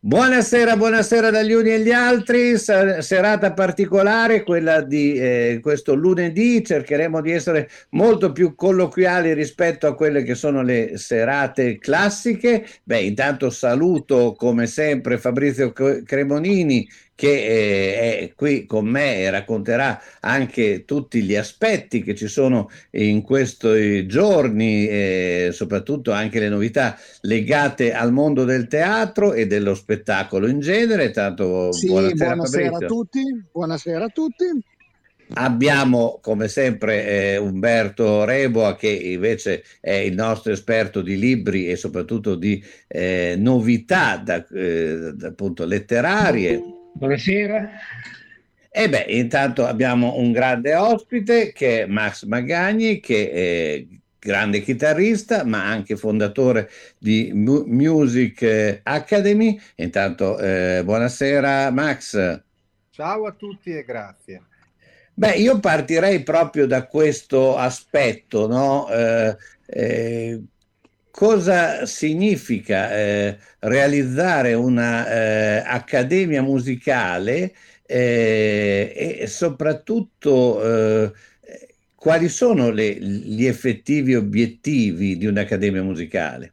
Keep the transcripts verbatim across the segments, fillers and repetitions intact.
Buonasera, buonasera dagli uni e gli altri, Sa- serata particolare, quella di eh, questo lunedì. Cercheremo di essere molto più colloquiali rispetto a quelle che sono le serate classiche. Beh, intanto saluto come sempre Fabrizio C- Cremonini che eh, è qui con me e racconterà anche tutti gli aspetti che ci sono in questi giorni, e soprattutto anche le novità legate al mondo del teatro e dello spettacolo in genere. Tanto Sì, buonasera buonasera a Fabrizio. tutti, buonasera a tutti. Abbiamo come sempre eh, Umberto Reboa che invece è il nostro esperto di libri e soprattutto di eh, novità da, eh, da- appunto letterarie. Buonasera. E beh, intanto abbiamo un grande ospite che è Max Magagni, che è grande chitarrista, ma anche fondatore di Mu- Music eh, Academy. Intanto, eh, buonasera Max. Ciao a tutti e grazie. Beh, io partirei proprio da questo aspetto, no? Eh, eh, cosa significa eh, realizzare una eh, accademia musicale eh, e soprattutto eh, quali sono le- gli effettivi obiettivi di un'accademia musicale?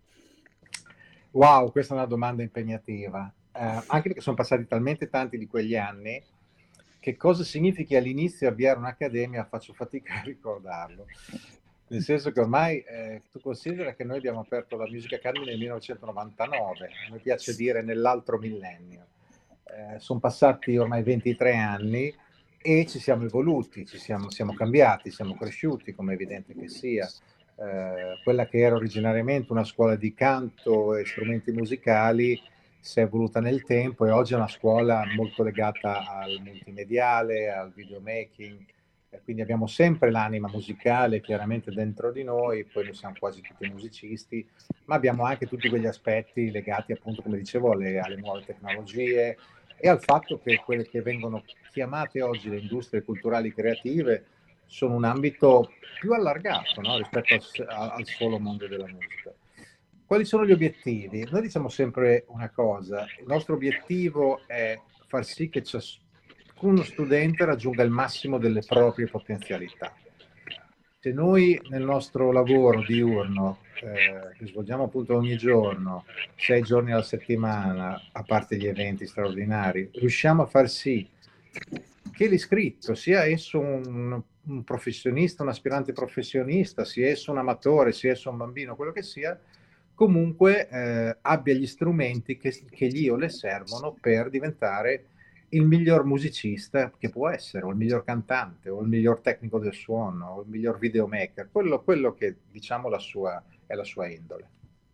Wow, questa è una domanda impegnativa, eh, anche perché sono passati talmente tanti di quegli anni che cosa significhi all'inizio avviare un'accademia faccio fatica a ricordarlo. Nel senso che ormai eh, tu considera che noi abbiamo aperto la Music Academy nel millenovecentonovantanove, a me piace dire nell'altro millennio. Eh, sono passati ormai ventitré anni e ci siamo evoluti, ci siamo, siamo cambiati, siamo cresciuti, come è evidente che sia. Eh, quella che era originariamente una scuola di canto e strumenti musicali si è evoluta nel tempo e oggi è una scuola molto legata al multimediale, al videomaking, e quindi abbiamo sempre l'anima musicale chiaramente dentro di noi, poi noi siamo quasi tutti musicisti, ma abbiamo anche tutti quegli aspetti legati appunto, come dicevo, alle, alle nuove tecnologie e al fatto che quelle che vengono chiamate oggi le industrie culturali creative sono un ambito più allargato, no? Rispetto al, al solo mondo della musica. Quali sono gli obiettivi? Noi diciamo sempre una cosa, il nostro obiettivo è far sì che ciascuno studente raggiunga il massimo delle proprie potenzialità. Se noi nel nostro lavoro diurno, eh, che svolgiamo appunto ogni giorno, sei giorni alla settimana, a parte gli eventi straordinari, riusciamo a far sì che l'iscritto, sia esso un, un professionista, un aspirante professionista, sia esso un amatore, sia esso un bambino, quello che sia, comunque eh, abbia gli strumenti che, che gli o le servono per diventare il miglior musicista che può essere, o il miglior cantante, o il miglior tecnico del suono, o il miglior videomaker, quello, quello che diciamo la sua, è la sua indole.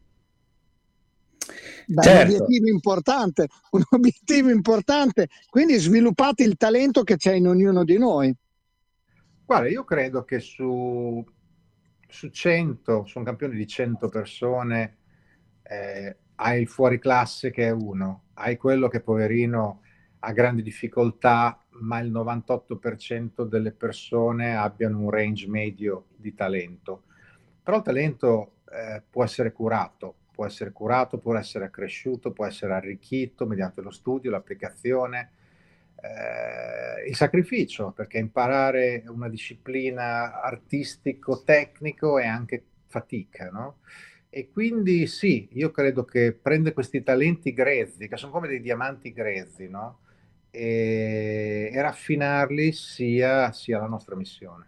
Beh, un Certo. obiettivo importante, un obiettivo importante, quindi sviluppate il talento che c'è in ognuno di noi. Guarda, io credo che su, su cento, su un campione di cento persone, eh, hai il fuoriclasse che è uno, hai quello che poverino ha grandi difficoltà, ma il novantotto per cento delle persone abbiano un range medio di talento. Però il talento eh, può essere curato, può essere curato, può essere accresciuto, può essere arricchito mediante lo studio, l'applicazione, eh, il sacrificio, perché imparare una disciplina artistico-tecnico è anche fatica, no? E quindi sì, io credo che prendere questi talenti grezzi, che sono come dei diamanti grezzi, no? E, e raffinarli sia, sia la nostra missione.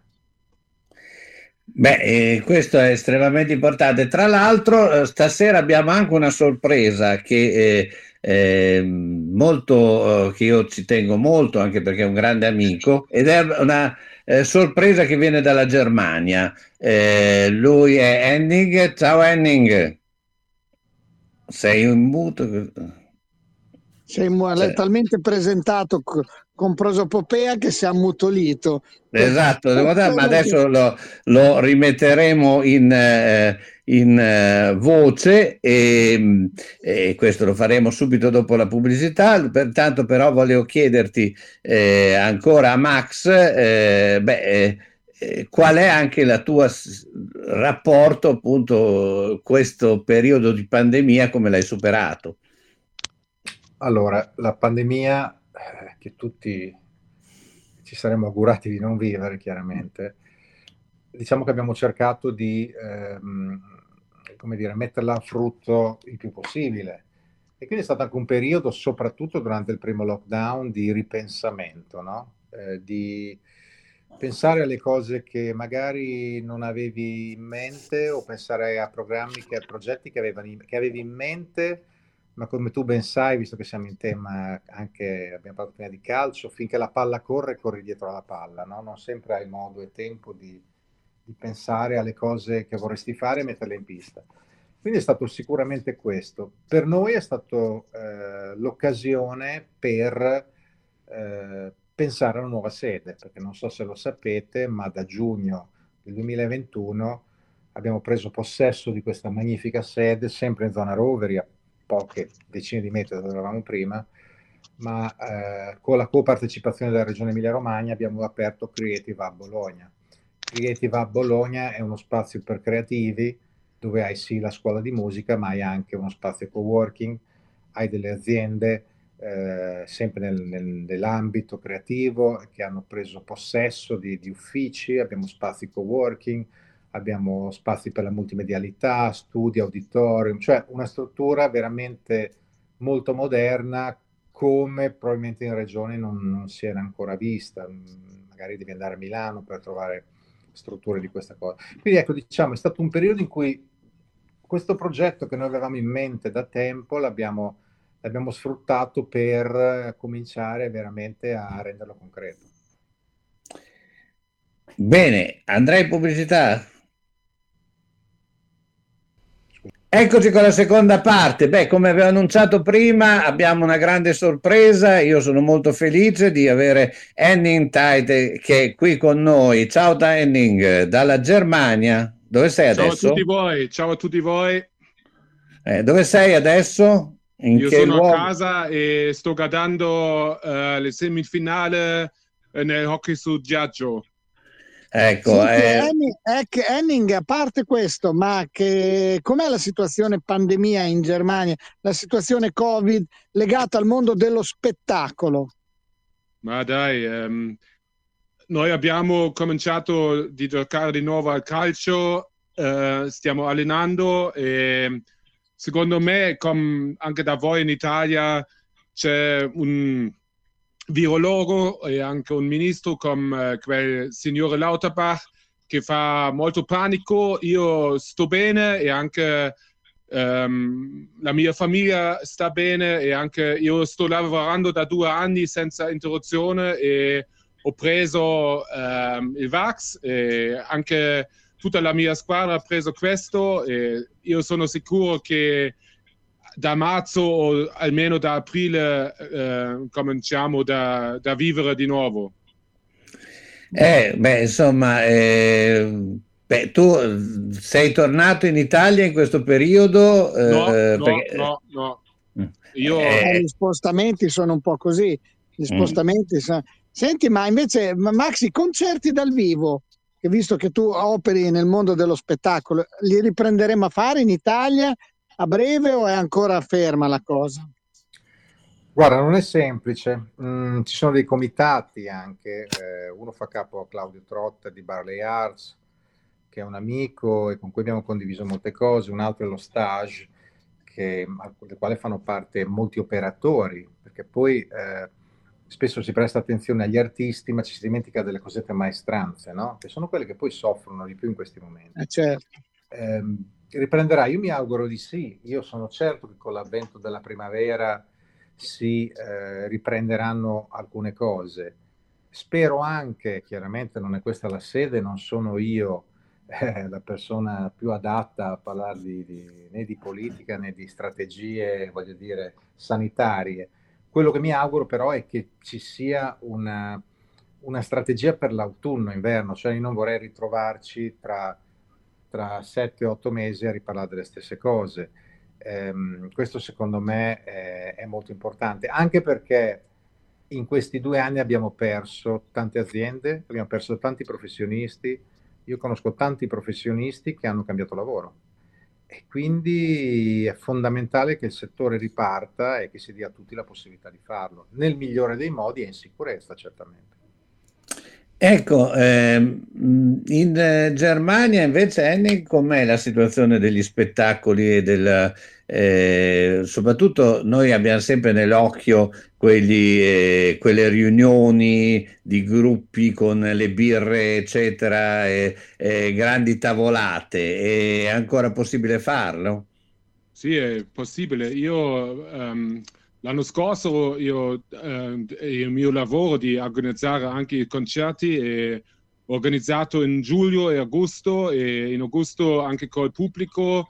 Beh, eh, questo è estremamente importante. Tra l'altro, eh, stasera abbiamo anche una sorpresa che, eh, eh, molto, eh, che io ci tengo molto, anche perché è un grande amico, ed è una eh, sorpresa che viene dalla Germania. Eh, lui è Henning. Ciao Henning, sei in muto? Sei mu- l'hai Cioè, talmente presentato co- con prosopopea che si è ammutolito. esatto, devo dare- ma Quello che- adesso lo, lo rimetteremo in, eh, in, eh, voce e, e questo lo faremo subito dopo la pubblicità. Pertanto, però, volevo chiederti eh, ancora a Max, eh, beh, eh, eh, qual è anche la tua s- rapporto, appunto, questo periodo di pandemia, come l'hai superato? Allora, la pandemia, eh, che tutti ci saremmo augurati di non vivere, chiaramente, diciamo che abbiamo cercato di, ehm, come dire, metterla a frutto il più possibile. E quindi è stato anche un periodo, soprattutto durante il primo lockdown, di ripensamento, no? Eh, di pensare alle cose che magari non avevi in mente, o pensare a programmi, che, a progetti che, avevano, che avevi in mente, ma come tu ben sai, visto che siamo in tema anche, abbiamo parlato prima di calcio, finché la palla corre, corri dietro alla palla, no? Non sempre hai modo e tempo di, di pensare alle cose che vorresti fare e metterle in pista. Quindi è stato sicuramente questo. Per noi è stato eh, l'occasione per eh, pensare a una nuova sede, perché non so se lo sapete, ma da giugno del duemilaventuno abbiamo preso possesso di questa magnifica sede, sempre in zona Roveri, a poche decine di metri da dove eravamo prima, ma eh, con la copartecipazione della Regione Emilia-Romagna abbiamo aperto Creative Hub Bologna. Creative Hub Bologna è uno spazio per creativi, dove hai sì la scuola di musica, ma hai anche uno spazio coworking, hai delle aziende eh, sempre nel, nel, nell'ambito creativo che hanno preso possesso di, di uffici, abbiamo spazi coworking, abbiamo spazi per la multimedialità, studi, auditorium, cioè una struttura veramente molto moderna, come probabilmente in regione non, non si era ancora vista. Magari devi andare a Milano per trovare strutture di questa cosa. Quindi ecco, diciamo, è stato un periodo in cui questo progetto che noi avevamo in mente da tempo l'abbiamo, l'abbiamo sfruttato per cominciare veramente a renderlo concreto. Bene, andrei in pubblicità. Eccoci con la seconda parte. Beh, come avevo annunciato prima, abbiamo una grande sorpresa. Io sono molto felice di avere Henning Tide che è qui con noi. Ciao Henning, dalla Germania. Dove sei Ciao a adesso? tutti voi, ciao a tutti voi. Eh, dove sei adesso? In Io che sono luogo? a casa e sto guardando uh, le semifinali nel hockey su ghiaccio. Ecco, Senti, eh, Henning, ec- Henning, a parte questo, ma che, com'è la situazione pandemia in Germania, la situazione Covid legata al mondo dello spettacolo? Ma dai, ehm, noi abbiamo cominciato di giocare di nuovo al calcio, eh, stiamo allenando e secondo me, com- anche da voi in Italia, c'è un virologo e anche un ministro come eh, quel signore Lauterbach che fa molto panico. Io sto bene e anche ehm, la mia famiglia sta bene e anche io sto lavorando da due anni senza interruzione e ho preso ehm, il Vax e anche tutta la mia squadra ha preso questo e io sono sicuro che da marzo o almeno da aprile eh, cominciamo da, da vivere di nuovo. eh, beh, insomma, eh, beh, tu sei tornato in Italia in questo periodo, No, eh, no, perché, no, no. eh, Io Eh, eh, gli spostamenti sono un po' così. Gli mm. spostamenti sono... Senti, ma invece, ma Maxi, concerti dal vivo, che visto che tu operi nel mondo dello spettacolo, li riprenderemo a fare in Italia a breve o è ancora ferma la cosa? Guarda, non è semplice. Mm, ci sono dei comitati anche, eh, uno fa capo a Claudio Trotta di Barley Arts, che è un amico e con cui abbiamo condiviso molte cose, un altro è lo Stage, che, del quale fanno parte molti operatori, perché poi eh, spesso si presta attenzione agli artisti, ma ci si dimentica delle cosiddette maestranze, no? Che sono quelle che poi soffrono di più in questi momenti. Eh, certo. Eh, riprenderà? Io mi auguro di sì. Io sono certo che con l'avvento della primavera si eh, riprenderanno alcune cose. Spero anche, chiaramente non è questa la sede, non sono io eh, la persona più adatta a parlare di, di, né di politica né di strategie, voglio dire, sanitarie. Quello che mi auguro però è che ci sia una, una strategia per l'autunno-inverno, cioè io non vorrei ritrovarci tra, tra sette otto mesi a riparlare delle stesse cose. Um, questo secondo me è, è molto importante, anche perché in questi due anni abbiamo perso tante aziende, abbiamo perso tanti professionisti. Io conosco tanti professionisti che hanno cambiato lavoro e quindi è fondamentale che il settore riparta e che si dia a tutti la possibilità di farlo, nel migliore dei modi e in sicurezza, certamente. Ecco, ehm, in eh, Germania invece, Henning, com'è la situazione degli spettacoli e del, eh, soprattutto noi abbiamo sempre nell'occhio quelli, eh, quelle riunioni di gruppi con le birre, eccetera, e, e grandi tavolate. È ancora possibile farlo? Sì, è possibile. Io ehm, l'anno scorso io, ehm, il mio lavoro di organizzare anche i concerti è organizzato in giugno e agosto e in agosto anche col pubblico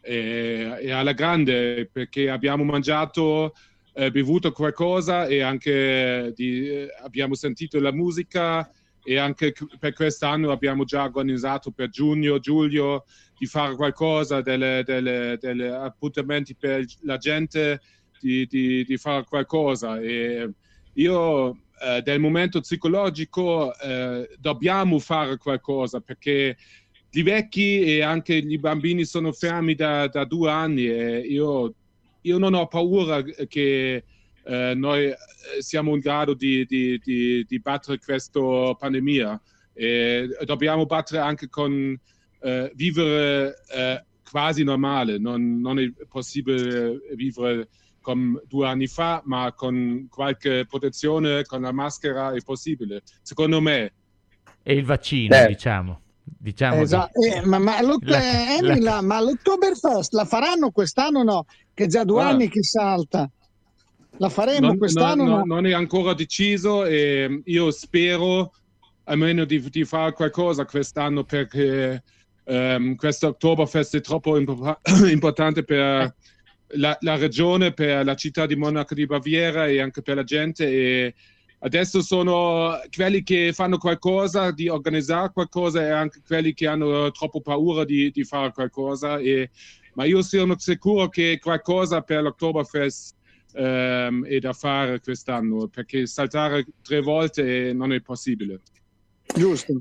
e, e alla grande perché abbiamo mangiato, eh, bevuto qualcosa e anche di, eh, abbiamo sentito la musica e anche per quest'anno abbiamo già organizzato per giugno, luglio di fare qualcosa, delle, delle, delle appuntamenti per la gente, di, di, di fare qualcosa. E io eh, del momento psicologico eh, dobbiamo fare qualcosa perché i vecchi e anche i bambini sono fermi da, da due anni e io, io non ho paura che eh, noi siamo in grado di, di, di, di battere questa pandemia e dobbiamo battere anche con eh, vivere eh, quasi normale, non, non è possibile vivere come due anni fa, ma con qualche protezione, con la maschera è possibile, secondo me. E il vaccino, Certo. diciamo. Diciamo Esatto. che Eh, ma, ma, l'Oc- la- eh, la- Emi, la- ma l'Oktoberfest la faranno quest'anno o no? Che già due Ah. anni che salta. La faremo Non, quest'anno o non- no? non è ancora deciso e io spero almeno di, di fare qualcosa quest'anno perché ehm, questo Oktoberfest è troppo impo- importante per la, la regione, per la città di Monaco di Baviera e anche per la gente e adesso sono quelli che fanno qualcosa di organizzare qualcosa e anche quelli che hanno troppo paura di, di fare qualcosa e, ma io sono sicuro che qualcosa per l'Oktoberfest ehm, è da fare quest'anno perché saltare tre volte non è possibile. Giusto.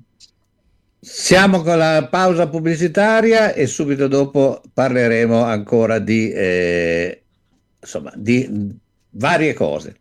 Siamo con la pausa pubblicitaria e subito dopo parleremo ancora di, eh, insomma, di varie cose.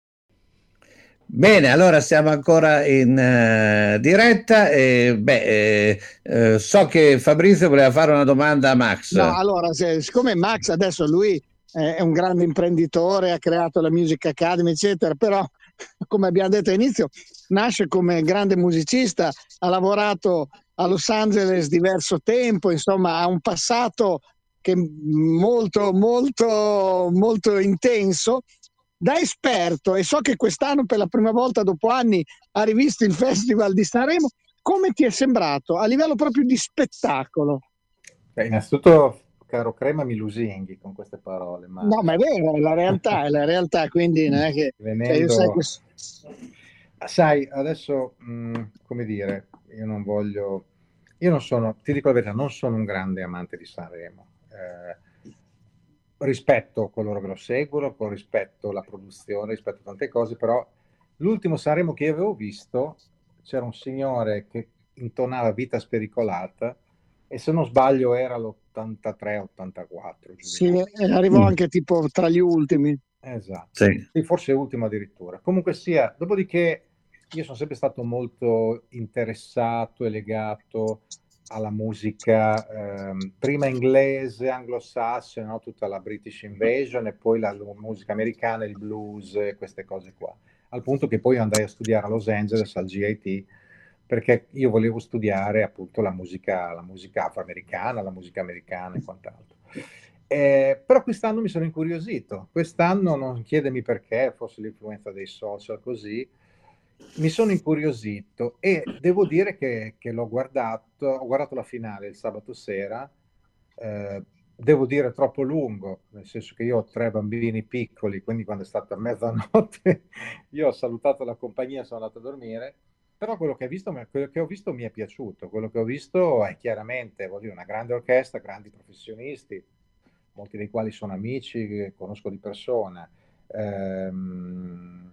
Bene, allora siamo ancora in eh, diretta e beh, eh, eh, so che Fabrizio voleva fare una domanda a Max. No, allora, se- siccome Max adesso lui eh, è un grande imprenditore, ha creato la Music Academy, eccetera, però come abbiamo detto all'inizio, nasce come grande musicista, ha lavorato a Los Angeles diverso tempo, insomma, ha un passato che è molto, molto, molto intenso. Da esperto, e so che quest'anno per la prima volta dopo anni ha rivisto il Festival di Sanremo, come ti è sembrato a livello proprio di spettacolo? Beh, innanzitutto, caro Crema, mi lusinghi con queste parole, ma No, ma è vero, è la realtà, è la realtà, quindi non è che... cioè, io sai venendo, che- sai, adesso, mh, come dire, io non voglio, io non sono, ti dico la verità, non sono un grande amante di Sanremo. Eh, rispetto coloro che lo seguono, con rispetto alla produzione, rispetto a tante cose, però l'ultimo Sanremo che io avevo visto c'era un signore che intonava Vita spericolata e se non sbaglio era l'ottantatré ottantaquattro. giù di sì, lì. eh, arrivò Mm. anche tipo tra gli ultimi. Esatto. Sì. Sì, forse ultimo addirittura. Comunque sia, dopodiché io sono sempre stato molto interessato e legato alla musica, ehm, prima inglese, anglosassone, no? Tutta la British Invasion e poi la, la musica americana, il blues e queste cose qua. Al punto che poi andai a studiare a Los Angeles al G I T perché io volevo studiare appunto la musica, la musica afroamericana, la musica americana e quant'altro. Eh, però quest'anno mi sono incuriosito, quest'anno non chiedemi perché, forse l'influenza dei social così, mi sono incuriosito e devo dire che, che l'ho guardato, ho guardato la finale il sabato sera, eh, devo dire troppo lungo, nel senso che io ho tre bambini piccoli, quindi quando è stata mezzanotte io ho salutato la compagnia e sono andato a dormire, però quello che, visto, quello che ho visto mi è piaciuto, quello che ho visto è chiaramente voglio dire, una grande orchestra, grandi professionisti, molti dei quali sono amici che conosco di persona, ehm,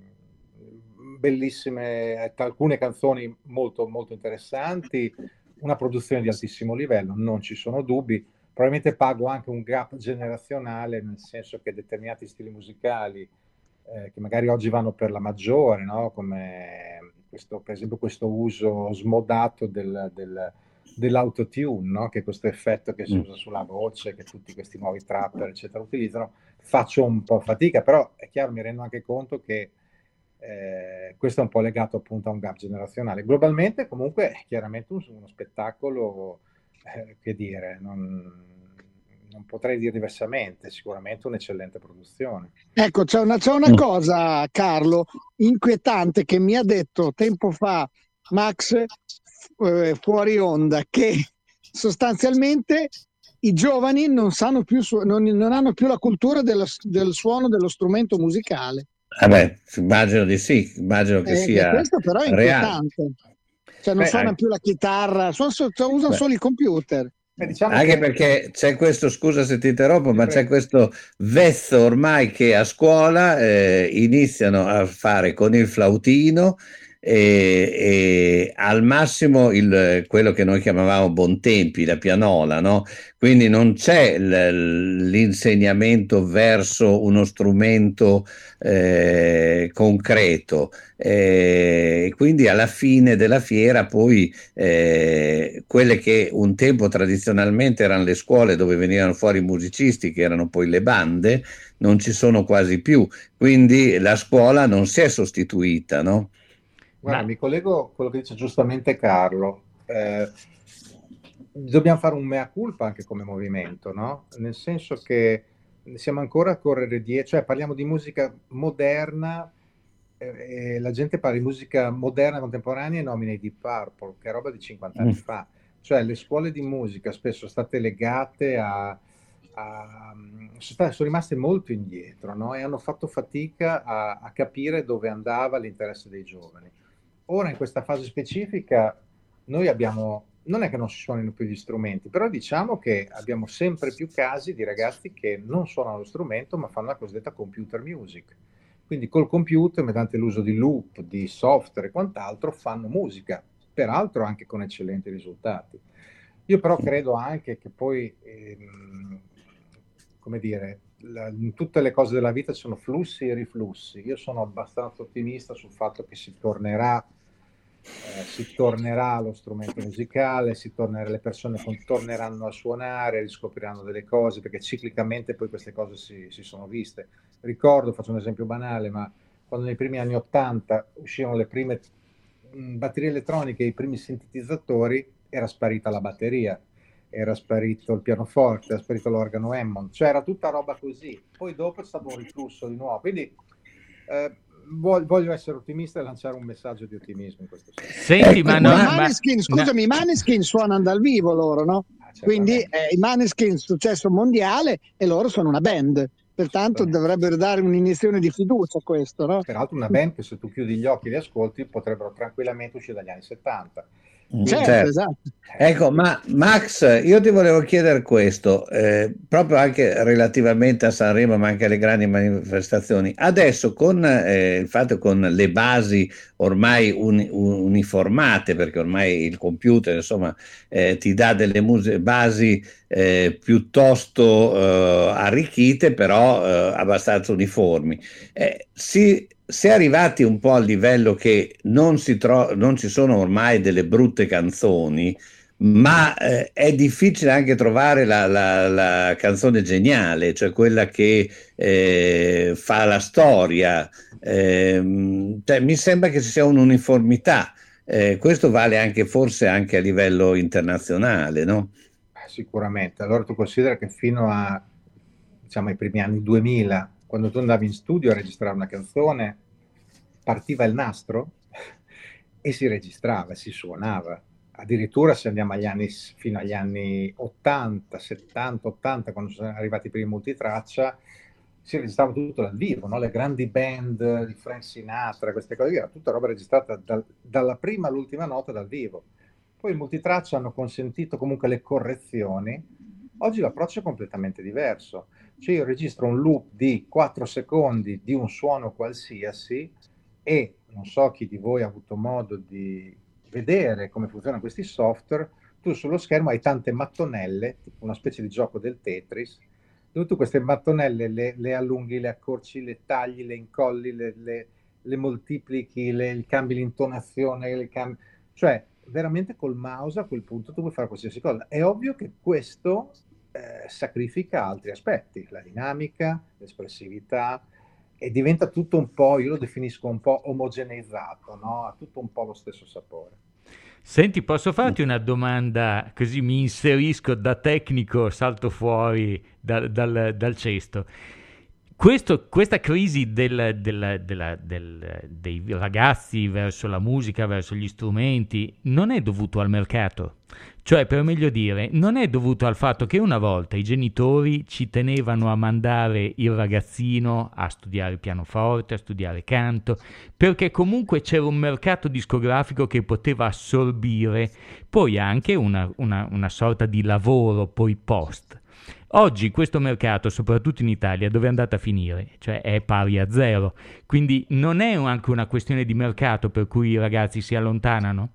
bellissime, alcune canzoni molto, molto interessanti, una produzione di altissimo livello, non ci sono dubbi, probabilmente pago anche un gap generazionale, nel senso che determinati stili musicali eh, che magari oggi vanno per la maggiore, no? Come questo, per esempio questo uso smodato del, del, dell'autotune, no? Che è questo effetto che si Mm. usa sulla voce, che tutti questi nuovi trapper eccetera utilizzano, faccio un po' fatica, però è chiaro, mi rendo anche conto che eh, questo è un po' legato appunto a un gap generazionale. Globalmente comunque è chiaramente un- uno spettacolo, eh, che dire, non, non potrei dire diversamente, sicuramente un'eccellente produzione. Ecco, c'è una, c'è una Mm. cosa, Carlo, inquietante che mi ha detto tempo fa Max eh, fuori onda, che sostanzialmente i giovani non sanno più, su- non, non hanno più la cultura dello- del suono dello strumento musicale. Vabbè, immagino di sì, immagino che Eh, e sia questo però è reale. inquietante. Cioè non Beh, suona anche, più la chitarra, suon- so- usano beh, solo i computer. Beh, diciamo anche che perché c'è questo, scusa se ti interrompo, ti ma c'è prego. questo vezzo ormai che a scuola eh, iniziano a fare con il flautino e, e al massimo il- quello che noi chiamavamo bontempi, la pianola, no? Quindi non c'è l- l'insegnamento verso uno strumento eh, concreto. Eh, quindi alla fine della fiera poi eh, quelle che un tempo tradizionalmente erano le scuole dove venivano fuori i musicisti, che erano poi le bande, non ci sono quasi più, quindi la scuola non si è sostituita, no? Guarda, Ma mi collego a quello che dice giustamente Carlo. Eh, dobbiamo fare un mea culpa anche come movimento, no? Nel senso che siamo ancora a correre dietro, cioè parliamo di musica moderna, eh, e la gente parla di musica moderna contemporanea e nomina i Deep Purple, che è roba di cinquanta anni Mm. fa. Cioè le scuole di musica spesso sono state legate a, a- sono state- sono rimaste molto indietro, no? E hanno fatto fatica a, a capire dove andava l'interesse dei giovani. Ora, in questa fase specifica, noi abbiamo, non è che non si suonino più gli strumenti, però diciamo che abbiamo sempre più casi di ragazzi che non suonano lo strumento, ma fanno la cosiddetta computer music. Quindi col computer, mediante l'uso di loop, di software e quant'altro, fanno musica, peraltro anche con eccellenti risultati. Io però credo anche che poi, ehm, come dire, la- in tutte le cose della vita ci sono flussi e riflussi. Io sono abbastanza ottimista sul fatto che si tornerà, eh, si tornerà allo strumento musicale, si tornerà, le persone con- torneranno a suonare, riscopriranno delle cose, perché ciclicamente poi queste cose si, si sono viste. Ricordo, faccio un esempio banale, ma quando nei primi anni ottanta uscivano le prime mh, batterie elettroniche, i primi sintetizzatori, era sparita la batteria, era sparito il pianoforte, era sparito l'organo Hammond, cioè era tutta roba così. Poi dopo è stato un riflusso di nuovo. Quindi eh, voglio, voglio essere ottimista e lanciare un messaggio di ottimismo in questo senso. senti, Ecco, ma E no, poi i ma- ma Maneskin, scusami, i Maneskin suonano dal vivo loro, no? Ah, Quindi certamente. eh, i Maneskin successo mondiale e loro sono una band, pertanto Assolutamente. dovrebbero dare un'iniezione di fiducia a questo, no? Peraltro una band che se tu chiudi gli occhi e li ascolti potrebbero tranquillamente uscire dagli anni settanta. Mm, Certo, certo. esatto. Eh, Ecco, ma Max, io ti volevo chiedere questo, eh, proprio anche relativamente a Sanremo, ma anche alle grandi manifestazioni. Adesso con eh, il fatto con le basi ormai uni- uniformate, perché ormai il computer, insomma, eh, ti dà delle muse- basi eh, piuttosto eh, arricchite, però eh, abbastanza uniformi. Eh, si, si è arrivati un po' al livello che non si tro- non ci sono ormai delle brutte canzoni, ma eh, è difficile anche trovare la, la- la canzone geniale, cioè quella che eh, fa la storia. Ehm, cioè, mi sembra che ci sia un'uniformità. Eh, questo vale anche forse anche a livello internazionale, no? Eh, Sicuramente. Allora tu considera che fino a, diciamo, ai primi anni duemila, quando tu andavi in studio a registrare una canzone, partiva il nastro e si registrava, si suonava. Addirittura se andiamo agli anni, fino agli anni ottanta, settanta, ottanta, quando sono arrivati i primi multitraccia, si registrava tutto dal vivo, no? Le grandi band di Frank Sinatra, queste cose, era tutta roba registrata dal- dalla prima all'ultima nota dal vivo. Poi i multitraccia hanno consentito comunque le correzioni. Oggi l'approccio è completamente diverso. Cioè io registro un loop di quattro secondi di un suono qualsiasi e non so chi di voi ha avuto modo di vedere come funzionano questi software, tu sullo schermo hai tante mattonelle, tipo una specie di gioco del Tetris, dove tu queste mattonelle le, le allunghi, le accorci, le tagli, le incolli, le, le, le moltiplichi, le cambi l'intonazione, le cambi... cioè veramente col mouse a quel punto tu puoi fare qualsiasi cosa. È ovvio che questo eh, sacrifica altri aspetti, la dinamica, l'espressività, e diventa tutto un po', io lo definisco un po' omogeneizzato, no? Ha tutto un po' lo stesso sapore. Senti, posso farti una domanda, così mi inserisco da tecnico, salto fuori da- dal, dal cesto. Questo, questa crisi del, del, della- del- dei ragazzi verso la musica, verso gli strumenti, non è dovuto al mercato. Cioè, per meglio dire, non è dovuto al fatto che una volta i genitori ci tenevano a mandare il ragazzino a studiare pianoforte, a studiare canto, perché comunque c'era un mercato discografico che poteva assorbire poi anche una, una, una sorta di lavoro poi post. Oggi questo mercato, soprattutto in Italia, dove è andato a finire? Cioè è pari a zero. Quindi non è anche una questione di mercato per cui i ragazzi si allontanano?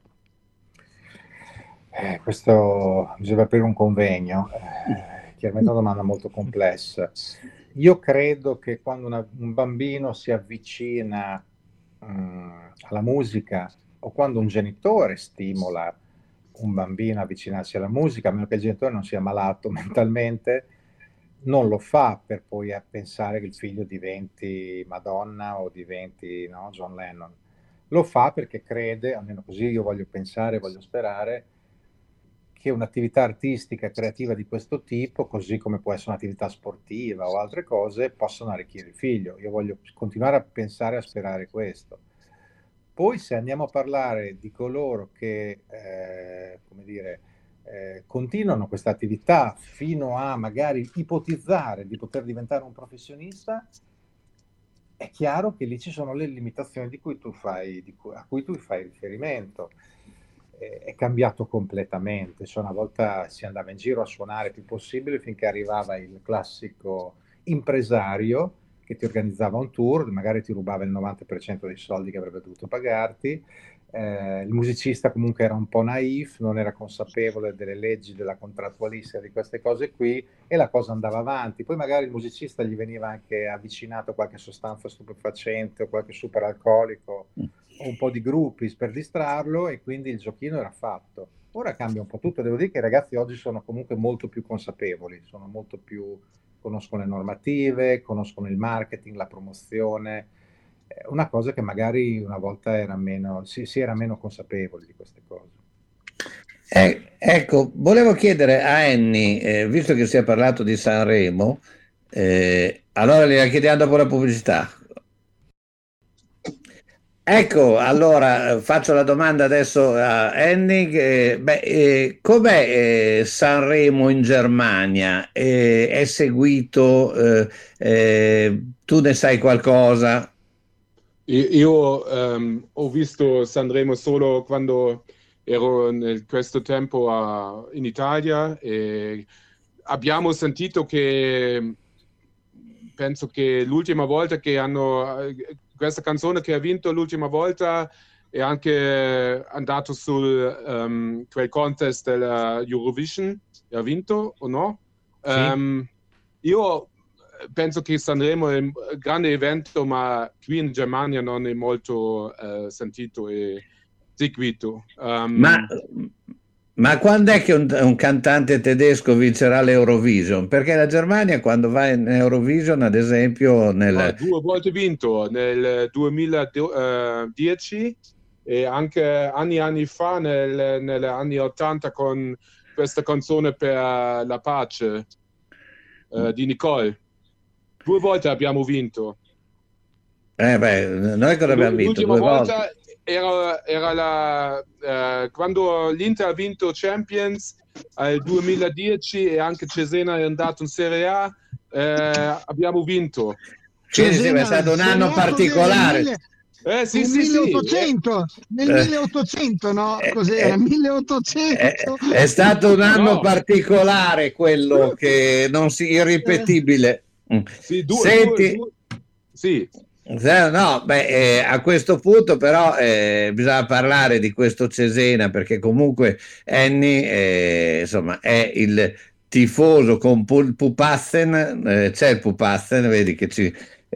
Eh, questo bisogna aprire un convegno, eh, chiaramente è una domanda molto complessa. Io credo che quando una- un bambino si avvicina mm, alla musica, o quando un genitore stimola un bambino a avvicinarsi alla musica, a meno che il genitore non sia malato mentalmente, non lo fa per poi a pensare che il figlio diventi Madonna o diventi, no, John Lennon. Lo fa perché crede, almeno così io voglio pensare, voglio sperare, che un'attività artistica, creativa di questo tipo, così come può essere un'attività sportiva o altre cose, possono arricchire il figlio. Io voglio continuare a pensare e a sperare questo. Poi se andiamo a parlare di coloro che, eh, come dire, eh, continuano questa attività fino a magari ipotizzare di poter diventare un professionista, è chiaro che lì ci sono le limitazioni di cui tu fai, di cui, a cui tu fai riferimento. Eh, è cambiato completamente. Cioè, una volta si andava in giro a suonare il più possibile finché arrivava il classico impresario che ti organizzava un tour, magari ti rubava il novanta per cento dei soldi che avrebbe dovuto pagarti. Eh, il musicista comunque era un po' naif, non era consapevole delle leggi della contrattualistica, di queste cose qui, e la cosa andava avanti. Poi magari il musicista gli veniva anche avvicinato a qualche sostanza stupefacente o qualche superalcolico o un po' di groupies per distrarlo, e quindi il giochino era fatto. Ora cambia un po' tutto. Devo dire che i ragazzi oggi sono comunque molto più consapevoli, sono molto più, conoscono le normative, conoscono il marketing, la promozione, una cosa che magari una volta era meno, si, si era meno consapevoli di queste cose. Eh, ecco, volevo chiedere a Annie, eh, visto che si è parlato di Sanremo, eh, allora gliela chiediamo dopo la pubblicità. Ecco, allora faccio la domanda adesso a Annie. Eh, beh, eh, com'è eh, Sanremo in Germania? Eh, è seguito? Eh, eh, tu ne sai qualcosa? Io ehm, ho visto Sanremo solo quando ero in questo tempo a, in Italia, e abbiamo sentito che, penso che l'ultima volta che hanno, questa canzone che ha vinto l'ultima volta è anche andato sul um, quel contest della Eurovision, ha vinto o no? Sì. Um, io penso che Sanremo è un grande evento, ma qui in Germania non è molto uh, sentito e seguito. Um, ma, ma quando è che un, un cantante tedesco vincerà l'Eurovision? Perché la Germania, quando va in Eurovision, ad esempio, nel... ha due volte vinto, nel duemiladieci e anche anni e anni fa, nel, negli anni ottanta, con questa canzone per la pace uh, di Nicole. Due volte abbiamo vinto. Eh beh, noi cosa abbiamo vinto? L'ultima Due volta volte. era, era la, uh, quando l'Inter ha vinto Champions nel duemiladieci, e anche Cesena è andato in Serie A, eh, abbiamo vinto. Sì, sì, è stato un anno particolare. Eh, sì, sì, milleottocento, sì. Nel Eh. milleottocento, no? Eh, Cos'era? eh, milleottocento. È, è stato un anno No. particolare, quello che non si irripetibile. Mm. Sì, due, Senti, due, due, sì. No, beh, eh, a questo punto però eh, bisogna parlare di questo Cesena, perché comunque Annie eh, insomma è il tifoso con Pu- Pupassen, eh, c'è il Pupassen, vedi che ci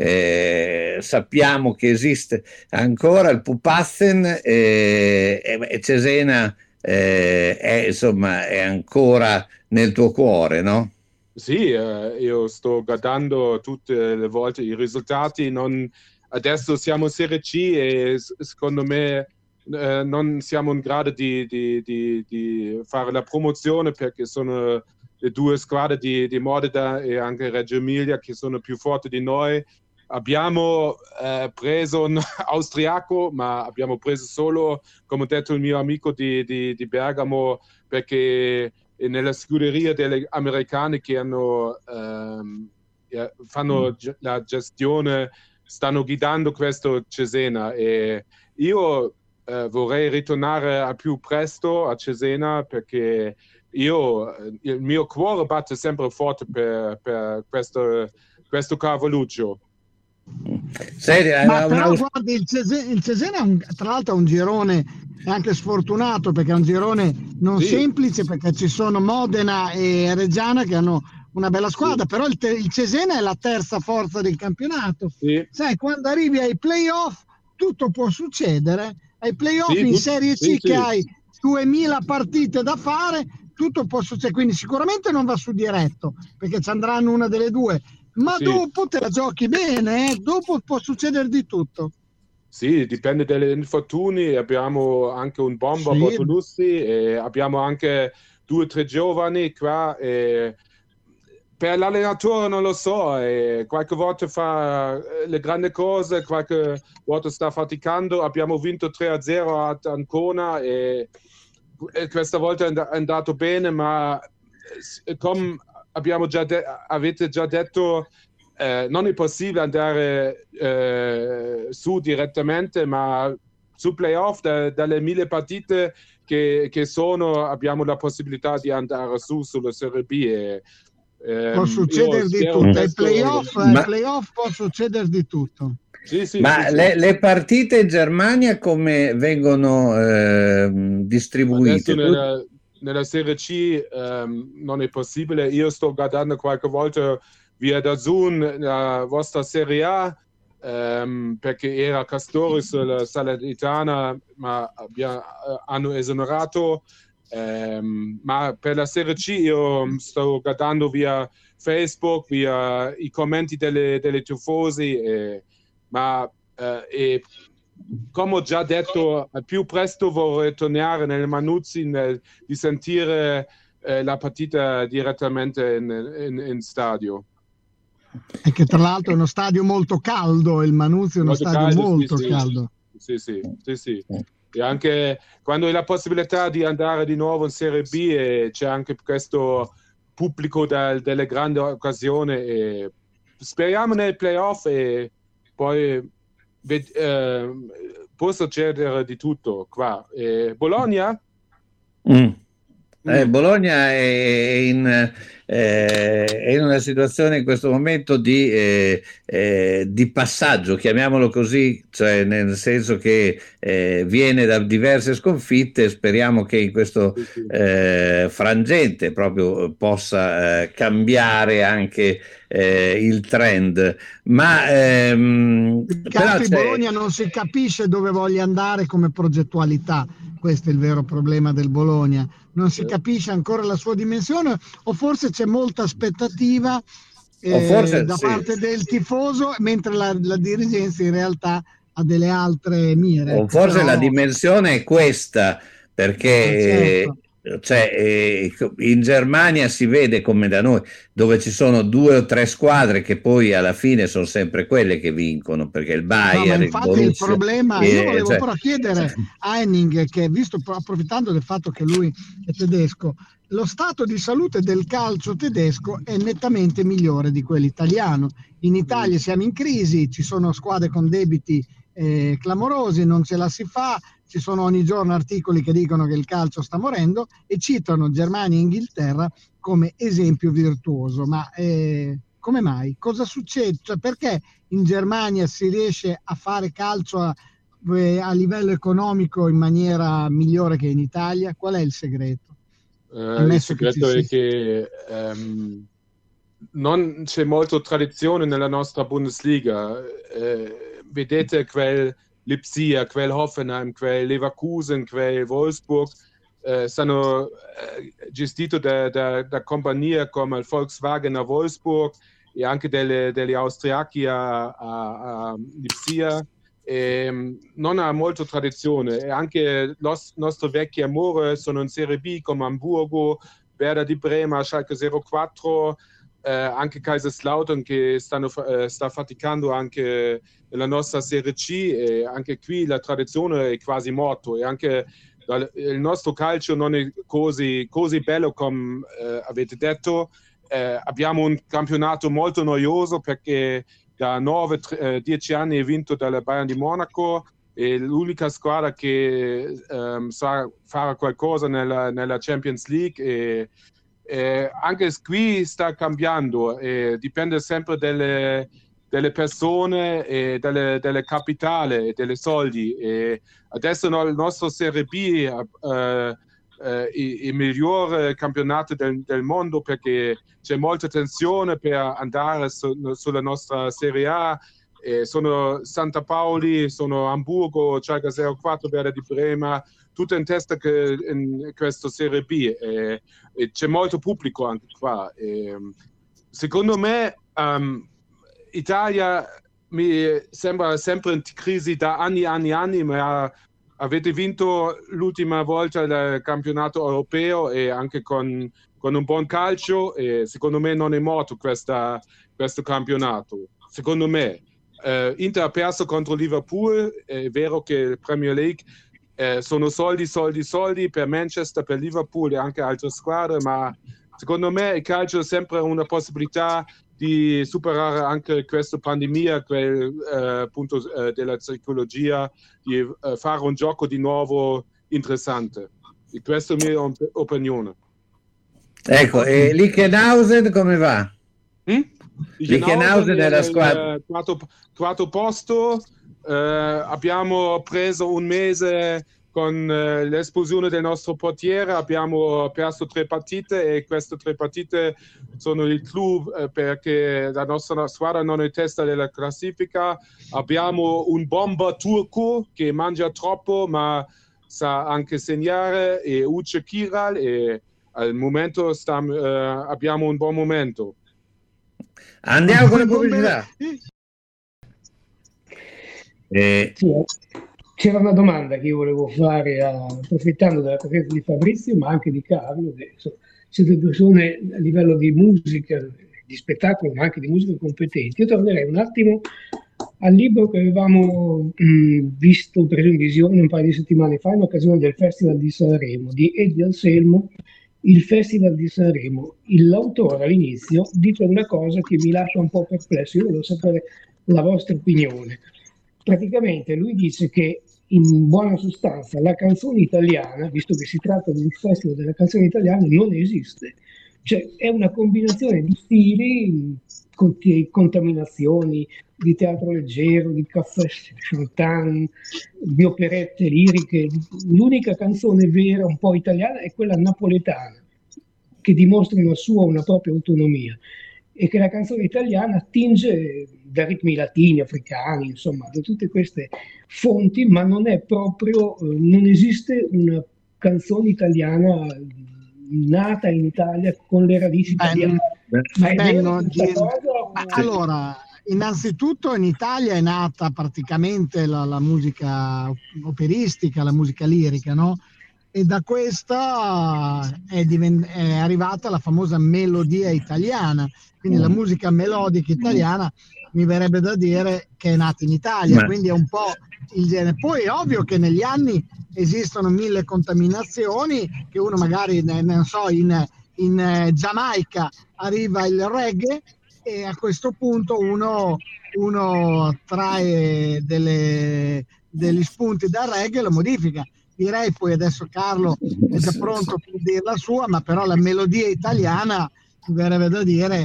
eh, sappiamo che esiste ancora il Pupassen, eh, e, e Cesena eh, è, insomma, è ancora nel tuo cuore, no? Sì, eh, io sto guardando tutte le volte i risultati. Non, adesso siamo in Serie C e s- secondo me eh, non siamo in grado di, di- di- di fare la promozione, perché sono le due squadre di, di Modena e anche Reggio Emilia che sono più forti di noi. Abbiamo eh, preso un austriaco, ma abbiamo preso solo, come ha detto il mio amico di, di- di Bergamo, perché e nella scuderia delle americane che hanno, ehm, eh, fanno ge- la gestione, stanno guidando questo Cesena, e io eh, vorrei ritornare a più presto a Cesena, perché io, eh, il mio cuore batte sempre forte per, per questo, questo Carvoluccio. Senti, Ma una, però una- guardi, il Cesena, il Cesena è un- tra l'altro è un girone è anche sfortunato, perché è un girone non Sì, semplice, perché ci sono Modena e Reggiana che hanno una bella sì, squadra, però il, te- il Cesena è la terza forza del campionato. sì, Sai, quando arrivi ai playoff tutto può succedere. Ai playoff sì, in tut- Serie sì, C che sì, hai duemila partite da fare, tutto può succedere, quindi sicuramente non va su diretto, perché ci andranno una delle due, ma sì. dopo te la giochi bene, eh? Dopo può succedere di tutto. Sì, dipende dagli infortuni. Abbiamo anche un bomba, Sì, Bortolussi, e abbiamo anche due o tre giovani qua. E per l'allenatore non lo so, e qualche volta fa eh, le grandi cose, qualche volta sta faticando. Abbiamo vinto tre a zero ad Ancona e, e questa volta è and- è andato bene, ma eh, come abbiamo già de- avete già detto, eh, non è possibile andare eh, su direttamente, ma su playoff da- dalle mille partite che, che sono, abbiamo la possibilità di andare su sulla Serie B. E, può ehm, io succedere di spero tutto. Ai presto. playoff, ai ma, playoff può succedere di tutto. Sì, sì, sì, ma sì. le, le partite in Germania come vengono ehm, Adesso distribuite? Tu- nella, nella Serie C ehm, non è possibile. Io sto guardando qualche volta via DAZN la vostra Serie A, ehm, perché era Castoris la Salernitana, ma abbia- eh, hanno esonerato. Ehm, ma per la Serie C io sto guardando via Facebook, via i commenti delle, delle tifosi, e, ma eh, e come ho già detto, al più presto vorrei tornare nel Manuzzi, nel- di sentire eh, la partita direttamente in, in- in stadio. E che tra l'altro è uno stadio molto caldo, il Manuzzi è uno Molto stadio caldo, sì, molto sì, caldo. sì, sì, sì, sì. E anche quando hai la possibilità di andare di nuovo in Serie B, e c'è anche questo pubblico da- delle grandi occasioni, e speriamo nel playoff, e poi ved- eh, può succedere di tutto qua. E Bologna? Mm. Eh, Mm. Bologna è in, eh, è in una situazione in questo momento di, eh, eh, di passaggio, chiamiamolo così, cioè nel senso che eh, viene da diverse sconfitte. Speriamo che in questo Sì, sì. eh, frangente proprio possa eh, cambiare anche eh, il trend. Ma ehm, Più che però altro il c'è. Bologna non si capisce dove voglia andare come progettualità, questo è il vero problema del Bologna, non si Sì. capisce ancora la sua dimensione, o forse c'è molta aspettativa O eh, forse da sì. parte del tifoso, mentre la, la dirigenza in realtà ha delle altre mire. O Ecco, forse la però, dimensione è questa, perché eh, certo. eh, cioè, eh, in Germania si vede come da noi, dove ci sono due o tre squadre che poi alla fine sono sempre quelle che vincono, perché il No, ma Bayern, il infatti il Borussia, problema, io eh, volevo cioè, però chiedere a Henning, che visto approfittando del fatto che lui è tedesco, lo stato di salute del calcio tedesco è nettamente migliore di quello italiano. In Italia siamo in crisi, ci sono squadre con debiti eh, clamorosi, non ce la si fa, ci sono ogni giorno articoli che dicono che il calcio sta morendo e citano Germania e Inghilterra come esempio virtuoso, ma eh, Come mai? Cosa succede? Cioè, perché in Germania si riesce a fare calcio a, a livello economico in maniera migliore che in Italia? Qual è il segreto? Uh, il segreto che è che um, non c'è molta tradizione nella nostra Bundesliga. Uh, vedete quel Lipsia, quel Hoffenheim, quel Leverkusen, quel Wolfsburg uh, sono uh, gestiti da, da, da compagnie come il Volkswagen a Wolfsburg e anche delle, degli austriaci a, a, a Lipsia. E non ha molta tradizione, e anche i nostri vecchi amori sono in Serie B come Hamburgo, Werder di Brema, Schalke zero quattro, eh, anche Kaiserslautern che stanno, eh, sta faticando anche nella nostra Serie C, e anche qui la tradizione è quasi morta, e anche il nostro calcio non è così, così bello come eh, avete detto. Eh, abbiamo un campionato molto noioso perché da nove dieci anni è vinto dalla Bayern di Monaco, e l'unica squadra che um, sa fare qualcosa nella, nella Champions League, e, e anche qui sta cambiando, e dipende sempre delle, delle persone e delle, delle capitali e delle soldi. E adesso no, il nostro Serie B uh, uh, il miglior campionato del, del mondo, perché c'è molta tensione per andare su, sulla nostra Serie A. Eh, sono Santa Paoli, sono Hamburgo, Schalke zero quattro, Werder di Brema, tutto in testa che in questa Serie B. Eh, e c'è molto pubblico anche qua. Eh, secondo me um, Italia mi sembra sempre in crisi da anni e anni e anni, ma avete vinto l'ultima volta il campionato europeo e anche con, con un buon calcio, e secondo me non è morto questa, questo campionato. Secondo me eh, Inter ha perso contro Liverpool, è vero che il Premier League eh, sono soldi, soldi, soldi per Manchester, per Liverpool e anche altre squadre, ma secondo me il calcio è sempre una possibilità di superare anche questa pandemia, quel eh, punto eh, della psicologia, di eh, fare un gioco di nuovo interessante. E questa è la mia op- opinione. Ecco, e Lichenhausen come va? Mm? Lichenhausen è la squadra. Il quarto, quarto posto, eh, abbiamo preso un mese con eh, l'esplosione del nostro portiere, abbiamo perso tre partite, e queste tre partite sono il clou eh, perché la nostra squadra non è testa della classifica. Abbiamo un bomba turco che mangia troppo ma sa anche segnare, e Uche Kiral, e al momento sta, eh, abbiamo un buon momento. Andiamo con le pubblicità. Eh. Sì, c'era una domanda che io volevo fare, a, approfittando della presenza di Fabrizio, ma anche di Carlo, che so, siete persone a livello di musica, di spettacolo, ma anche di musica competenti. Io tornerei un attimo al libro che avevamo mh, visto, preso in visione un paio di settimane fa in occasione del Festival di Sanremo, di Eddie Anselmo, il Festival di Sanremo. L'autore all'inizio dice una cosa che mi lascia un po' perplesso, io volevo sapere la vostra opinione. Praticamente lui dice che in buona sostanza la canzone italiana, visto che si tratta di un festival della canzone italiana, non esiste. Cioè è una combinazione di stili, di contaminazioni, di teatro leggero, di caffè chantant, di operette liriche. L'unica canzone vera un po' italiana è quella napoletana, che dimostra una sua, una propria autonomia, e che la canzone italiana attinge da ritmi latini, africani, insomma, da tutte queste fonti, ma non è proprio, non esiste una canzone italiana nata in Italia con le radici italiane. Ma è beh, vero non questa di... cosa? Allora, innanzitutto in Italia è nata praticamente la, la musica operistica, la musica lirica, no? E da questa è, divent- è arrivata la famosa melodia italiana, quindi la musica melodica italiana, mi verrebbe da dire che è nata in Italia, Ma... quindi è un po' il genere. Poi è ovvio che negli anni esistono mille contaminazioni, che uno magari, non so, in, in Giamaica arriva il reggae, e a questo punto uno, uno trae delle, degli spunti dal reggae e lo modifica. Direi, poi adesso Carlo è già pronto per dire la sua, ma però la melodia italiana, mi verrebbe da dire,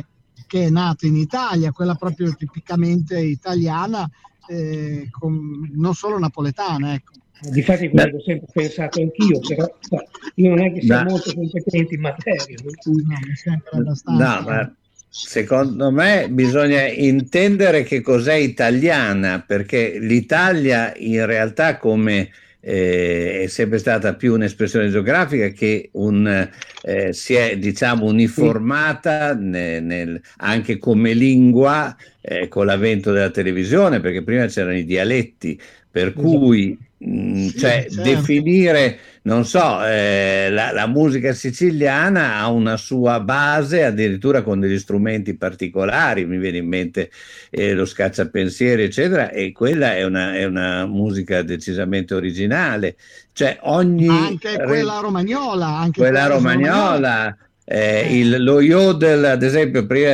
che è nata in Italia, quella proprio tipicamente italiana, eh, con, non solo napoletana, ecco. Difatti è quello che ho sempre pensato anch'io, però io non è che sia no. molto competente in materia, per cui no, mi sembra abbastanza. No, ma secondo me bisogna intendere che cos'è italiana, perché l'Italia in realtà come eh, è sempre stata più un'espressione geografica che un, eh, si è diciamo uniformata nel, nel, anche come lingua eh, con l'avvento della televisione, perché prima c'erano i dialetti, per cui mh, Sì, cioè, certo. definire, non so, eh, la, la musica siciliana ha una sua base, addirittura con degli strumenti particolari, mi viene in mente eh, lo scacciapensieri, eccetera, e quella è una, è una musica decisamente originale. Cioè, ogni anche quella romagnola, anche quella quella romagnola. Eh, il, lo yodel, ad esempio, prima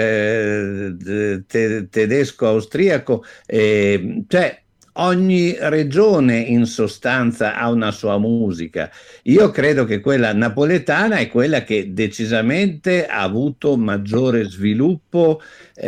eh, te, tedesco-austriaco, eh, cioè ogni regione in sostanza ha una sua musica. Io credo che quella napoletana è quella che decisamente ha avuto maggiore sviluppo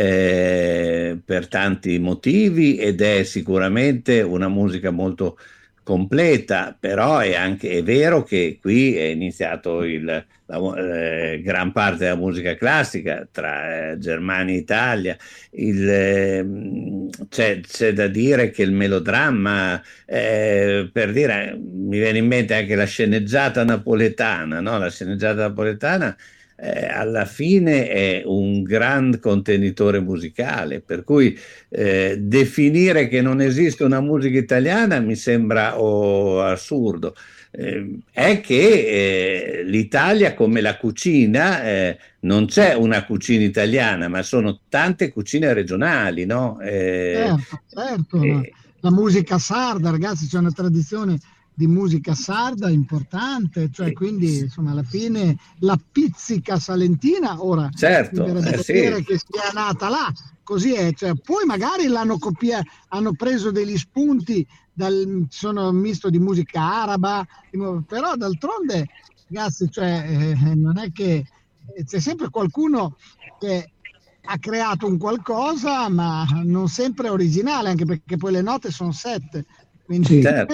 eh, per tanti motivi, ed è sicuramente una musica molto completa, però è anche è vero che qui è iniziato il, la eh, gran parte della musica classica tra eh, Germania e Italia. Il, eh, c'è, c'è da dire che il melodramma, eh, per dire, mi viene in mente anche la sceneggiata napoletana, no? La sceneggiata napoletana Eh, alla fine è un gran contenitore musicale, per cui eh, definire che non esiste una musica italiana mi sembra oh, assurdo. Eh, è che eh, l'Italia, come la cucina, eh, non c'è una cucina italiana, ma sono tante cucine regionali, no? Eh, certo, certo. eh, La musica sarda, ragazzi, c'è una tradizione di musica sarda importante, cioè quindi insomma alla fine la pizzica salentina, ora certo, mi verrebbe eh, da sì. dire che sia nata là, così è, cioè, poi magari l'hanno copia, hanno preso degli spunti, dal, sono un misto di musica araba, però d'altronde ragazzi, cioè, eh, non è che c'è sempre qualcuno che ha creato un qualcosa, ma non sempre originale, anche perché poi le note sono sette, quindi certo.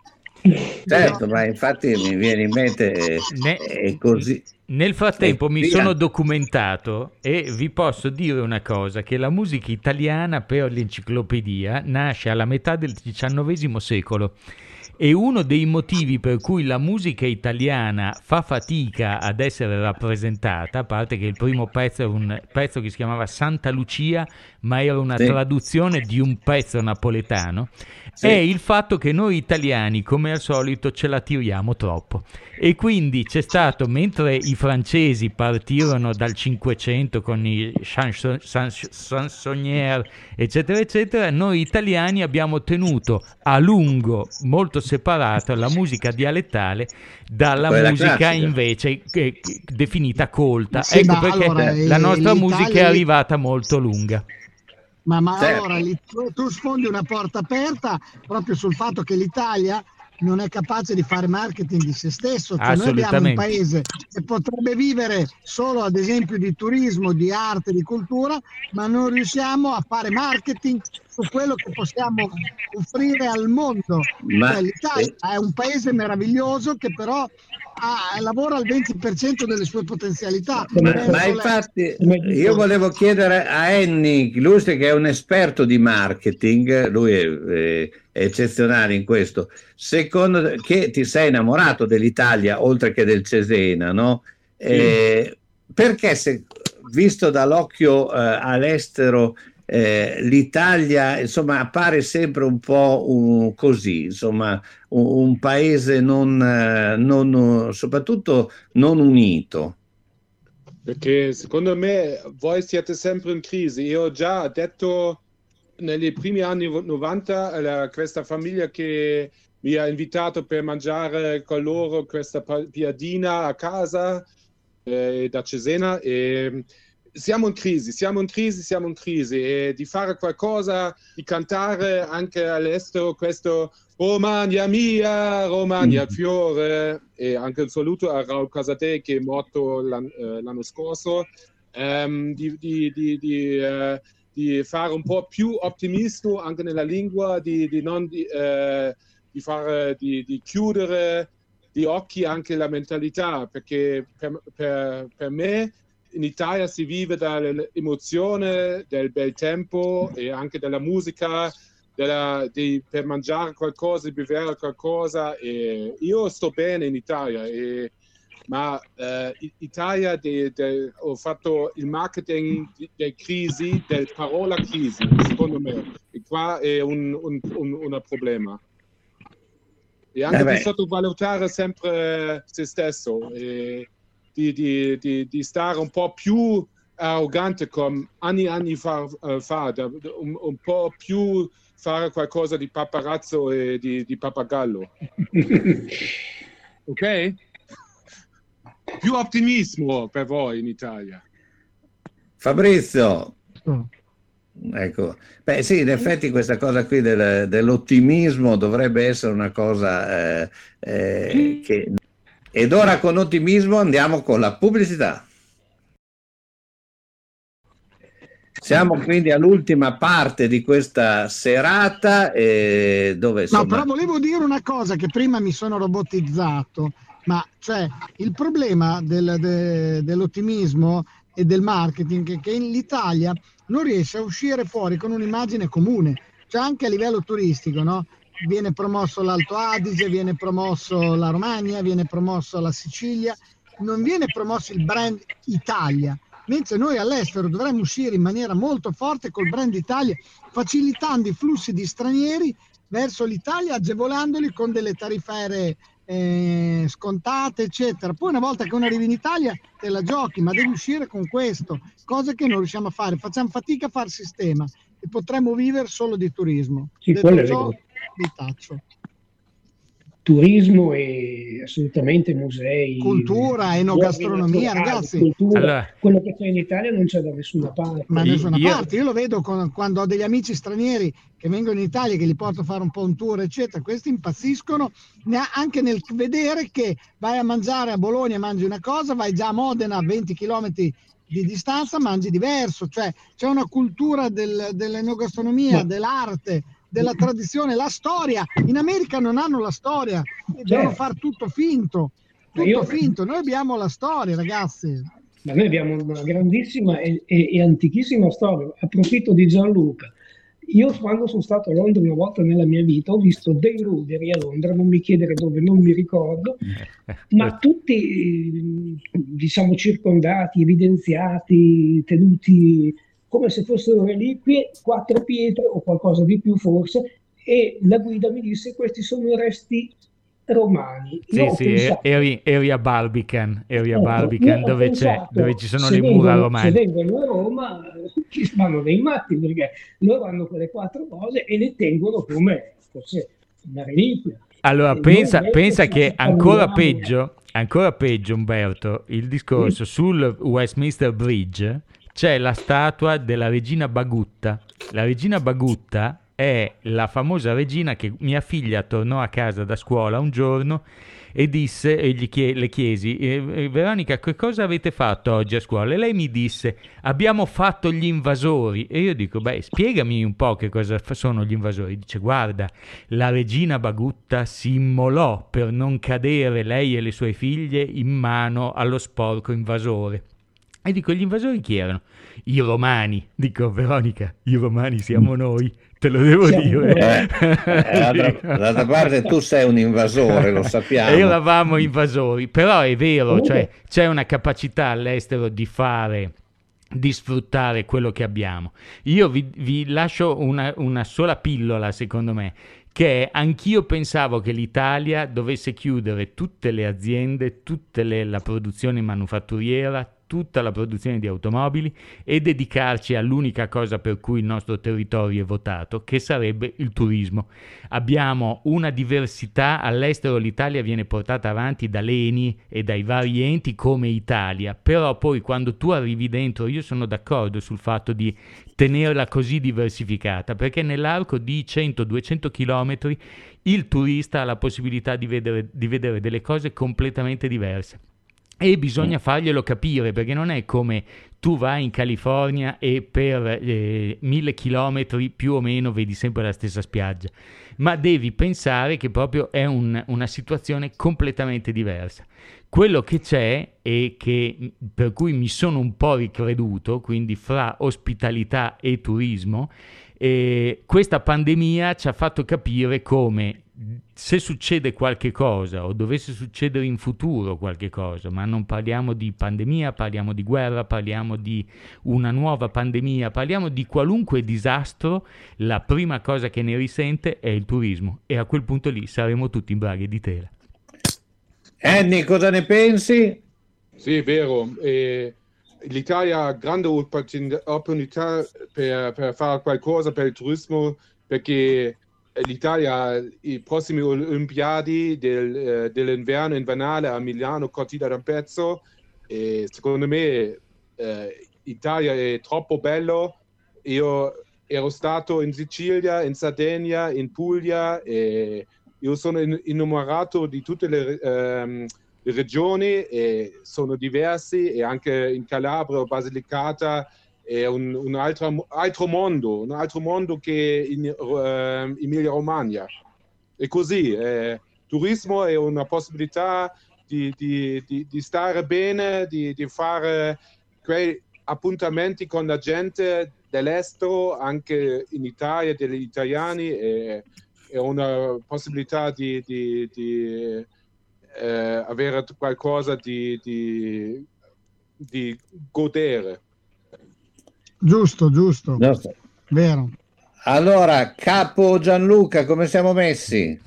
Certo, ma infatti mi viene in mente eh, Ne- è così. Nel frattempo E mi via. sono documentato e vi posso dire una cosa, che la musica italiana, per l'enciclopedia, nasce alla metà del diciannovesimo secolo. E uno dei motivi per cui la musica italiana fa fatica ad essere rappresentata, a parte che il primo pezzo è un pezzo che si chiamava Santa Lucia, ma era una Sì. traduzione di un pezzo napoletano, Sì. è il fatto che noi italiani, come al solito, ce la tiriamo troppo. E quindi c'è stato, mentre i francesi partirono dal Cinquecento con i chanson- sans- chansonniers, eccetera, eccetera, noi italiani abbiamo tenuto a lungo, molto separato, la musica dialettale dalla Quella musica classica. invece che- che- definita colta. Sì, Ecco ma perché allora, la eh, nostra musica è l'Italia- arrivata molto lunga. Ma, ma Certo. allora lì, tu, tu sfondi una porta aperta proprio sul fatto che l'Italia non è capace di fare marketing di se stesso, cioè noi abbiamo un Assolutamente. paese che potrebbe vivere solo ad esempio di turismo, di arte, di cultura, ma non riusciamo a fare marketing su quello che possiamo offrire al mondo. Ma- Cioè, l'Italia è un paese meraviglioso che però ha- lavora al venti per cento delle sue potenzialità. Ma, Penso ma le- infatti io volevo chiedere a Henny Lustig, che è un esperto di marketing, lui è, è- è eccezionale in questo, secondo che ti sei innamorato dell'Italia oltre che del Cesena, no? Eh, perché se, visto dall'occhio eh, all'estero, eh, l'Italia insomma appare sempre un po' un- così, insomma un, un paese non, eh, non soprattutto non unito. Perché secondo me voi siete sempre in crisi. Io ho già detto negli primi anni novanta a questa famiglia che mi ha invitato per mangiare con loro questa pa- piadina a casa eh, da Cesena. E siamo in crisi, siamo in crisi, siamo in crisi. E di fare qualcosa, di cantare anche all'estero questo Romagna mia, Romagna il fiore, e anche un saluto a Raul Casadei che è morto l'an- eh, l'anno scorso. um, di, di, di, di, uh, di fare un po' più ottimista anche nella lingua, di, di, non, di, uh, di, fare, di, di chiudere gli occhi anche la mentalità, perché per, per, per me in Italia si vive dall'emozione, del bel tempo e anche della musica, della, di, per mangiare qualcosa, di bere qualcosa. E io sto bene in Italia, e, ma in uh, Italia de, de, ho fatto il marketing della crisi, del parola crisi, secondo me. E qua è un, un, un, un problema. E anche eh di sottovalutare sempre se stesso. E, Di, di, di, di stare un po' più arrogante come anni anni fa, uh, fa da, un, un po' più fare qualcosa di paparazzo e di, di pappagallo. Ok? Più ottimismo per voi in Italia. Fabrizio. Ecco, beh sì, in effetti questa cosa qui del, dell'ottimismo dovrebbe essere una cosa eh, eh, che... Ed ora con ottimismo andiamo con la pubblicità. Siamo quindi all'ultima parte di questa serata eh, dove insomma... No, però volevo dire una cosa, che prima mi sono robotizzato, ma cioè il problema del, de, dell'ottimismo e del marketing è che l'Italia non riesce a uscire fuori con un'immagine comune, cioè anche a livello turistico, no? Viene promosso l'Alto Adige, viene promosso la Romagna, viene promosso la Sicilia, non viene promosso il brand Italia, mentre noi all'estero dovremmo uscire in maniera molto forte col brand Italia, facilitando i flussi di stranieri verso l'Italia, agevolandoli con delle tariffe aeree eh, scontate, eccetera. Poi una volta che uno arriva in Italia te la giochi, ma devi uscire con questo, cosa che non riusciamo a fare, facciamo fatica a far sistema e potremmo vivere solo di turismo. Sì, Detto ciò, vi taccio. Turismo e assolutamente musei, cultura, enogastronomia, ragazzi. Cultura, allora, quello che c'è in Italia non c'è da nessuna parte. Ma da nessuna io... parte. Io lo vedo con, quando ho degli amici stranieri che vengono in Italia, che li porto a fare un po' un tour, eccetera. Questi impazziscono anche nel vedere che vai a mangiare a Bologna, mangi una cosa, vai già a Modena a venti chilometri di distanza, mangi diverso. Cioè c'è una cultura del, dell'enogastronomia, Ma... dell'arte, della tradizione, la storia. In America non hanno la storia, devono far tutto finto, tutto io... finto. Noi abbiamo la storia, ragazzi. Ma noi abbiamo una grandissima e, e, e antichissima storia. Approfitto di Gianluca. Io quando sono stato a Londra una volta nella mia vita ho visto dei ruderi a Londra, non mi chiedere dove, non mi ricordo, ma tutti diciamo circondati, evidenziati, tenuti come se fossero reliquie, quattro pietre o qualcosa di più forse, e la guida mi disse questi sono i resti romani. Sì, io sì, pensato, eri, eri a Barbican, eri a ecco, Barbican dove, pensato, c'è, dove ci sono le vengono, mura romane. Se vengono a Roma ci fanno dei matti, perché loro hanno quelle quattro cose e le tengono come fosse una reliquia. Allora e pensa, pensa che ancora peggio, ancora peggio Umberto, il discorso sì. sul Westminster Bridge c'è la statua della regina Bagutta. La regina Bagutta è la famosa regina che mia figlia tornò a casa da scuola un giorno e disse, e gli chie, le chiesi, eh, Veronica, che cosa avete fatto oggi a scuola? E lei mi disse, abbiamo fatto gli invasori. E io dico, beh, spiegami un po' che cosa sono gli invasori. Dice, guarda, la regina Bagutta si immolò per non cadere lei e le sue figlie in mano allo sporco invasore. E dico, gli invasori chi erano? I romani. Dico, Veronica, i romani siamo noi, te lo devo siamo dire. Eh, eh, d'altra, d'altra parte tu sei un invasore, lo sappiamo. Eravamo invasori, però è vero, cioè c'è una capacità all'estero di fare, di sfruttare quello che abbiamo. Io vi, vi lascio una, una sola pillola, secondo me, che anch'io pensavo che l'Italia dovesse chiudere tutte le aziende, tutta la produzione manufatturiera, tutta la produzione di automobili e dedicarci all'unica cosa per cui il nostro territorio è votato, che sarebbe il turismo. Abbiamo una diversità, all'estero l'Italia viene portata avanti dall'E N I e dai vari enti come Italia, però poi quando tu arrivi dentro, io sono d'accordo sul fatto di tenerla così diversificata, perché nell'arco di cento duecento chilometri il turista ha la possibilità di vedere, di vedere delle cose completamente diverse. E bisogna farglielo capire, perché non è come tu vai in California e per eh, mille chilometri più o meno vedi sempre la stessa spiaggia, ma devi pensare che proprio è un, una situazione completamente diversa. Quello che c'è e che, per cui mi sono un po' ricreduto, quindi fra ospitalità e turismo, eh, questa pandemia ci ha fatto capire come se succede qualche cosa o dovesse succedere in futuro qualche cosa, ma non parliamo di pandemia, parliamo di guerra, parliamo di una nuova pandemia, parliamo di qualunque disastro, la prima cosa che ne risente è il turismo, e a quel punto lì saremo tutti in braghe di tela. Andy, cosa ne pensi? Sì, è vero. E l'Italia ha grande opportunità per, per fare qualcosa per il turismo, perché l'Italia i prossimi Olimpiadi del, eh, dell'inverno invernale a Milano, Cortina d'Ampezzo, e secondo me eh, l'Italia è troppo bello. Io ero stato in Sicilia, in Sardegna, in Puglia, e io sono innamorato di tutte le, ehm, le regioni, e sono diversi, e anche in Calabria, Basilicata è un, un altro, altro mondo, un altro mondo che in uh, Emilia Romagna. E così, eh, turismo è una possibilità di, di, di, di stare bene, di, di fare quei appuntamenti con la gente dell'estero, anche in Italia, degli italiani, e è una possibilità di, di, di eh, avere qualcosa di, di, di godere. Giusto, giusto, Giusto. Vero. Allora, capo Gianluca, come siamo messi?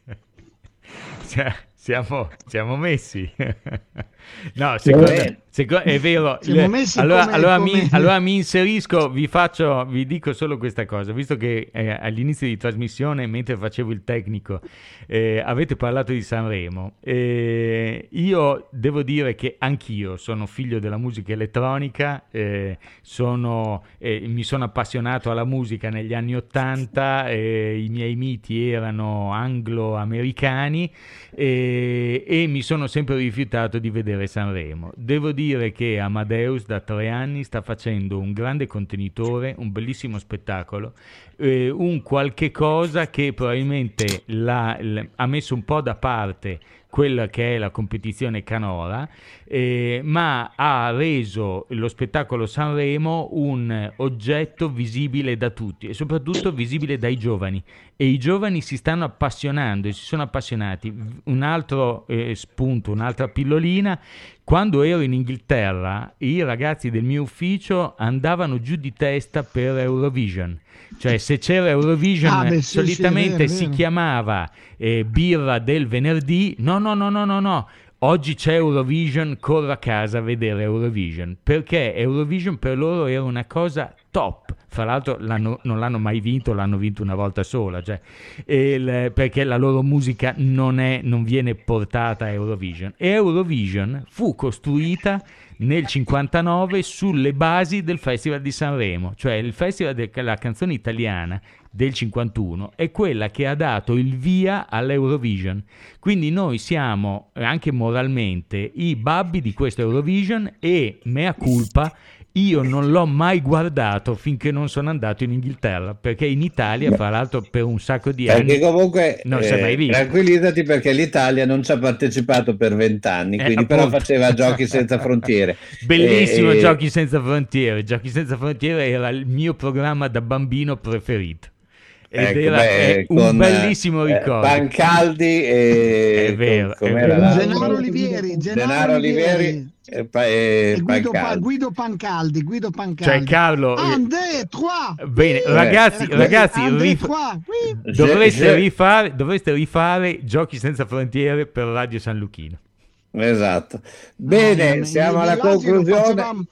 Siamo, siamo messi. No, secondo, secondo, è vero. Le, allora, come, allora, come... Mi, allora mi inserisco, vi faccio, vi dico solo questa cosa, visto che eh, all'inizio di trasmissione, mentre facevo il tecnico, eh, avete parlato di Sanremo. Eh, io devo dire che anch'io sono figlio della musica elettronica, eh, sono, eh, mi sono appassionato alla musica negli anni Ottanta, eh, i miei miti erano anglo-americani, eh, e mi sono sempre rifiutato di vedere Sanremo. Devo dire che Amadeus da tre anni sta facendo un grande contenitore, un bellissimo spettacolo, eh, un qualche cosa che probabilmente l'ha, l'ha, ha messo un po' da parte quella che è la competizione canora, eh, ma ha reso lo spettacolo Sanremo un oggetto visibile da tutti e soprattutto visibile dai giovani, e i giovani si stanno appassionando e si sono appassionati. Un altro eh, spunto, un'altra pillolina: quando ero in Inghilterra i ragazzi del mio ufficio andavano giù di testa per Eurovision, cioè se c'era Eurovision ah, beh, sì, solitamente sì, vero, si vero. chiamava eh, birra del venerdì, no no no no no no oggi c'è Eurovision, corro a casa a vedere Eurovision, perché Eurovision per loro era una cosa top. Fra l'altro l'hanno, non l'hanno mai vinto, l'hanno vinto una volta sola, cioè, il, perché la loro musica non, è, non viene portata a Eurovision. E Eurovision fu costruita nel cinquantanove sulle basi del Festival di Sanremo, cioè il Festival della canzone italiana del cinquantuno è quella che ha dato il via all'Eurovision. Quindi noi siamo anche moralmente i babbi di questo Eurovision, e mea culpa, io non l'ho mai guardato finché non sono andato in Inghilterra, perché in Italia, fra l'altro, per un sacco di anni perché comunque non eh, si è mai visto. Tranquillizzati, perché l'Italia non ci ha partecipato per vent'anni, eh, quindi però faceva Giochi Senza Frontiere. Bellissimo, e, Giochi Senza Frontiere. Giochi Senza Frontiere era il mio programma da bambino preferito. Ed ecco, era beh, un con, bellissimo ricordo. Eh, Pancaldi e è vero, con, è vero. Gennaro Olivieri, Gennaro Olivieri e, pa- e e Guido, Pancaldi. Guido Pancaldi, Guido Pancaldi. Cioè Carlo, Andè, trois. Bene, ragazzi, Era ragazzi, Andè, rif- trois. dovreste rifare, dovreste rifare Giochi Senza Frontiere per Radio San Luchino. Esatto. Bene, ah, siamo alla conclusione.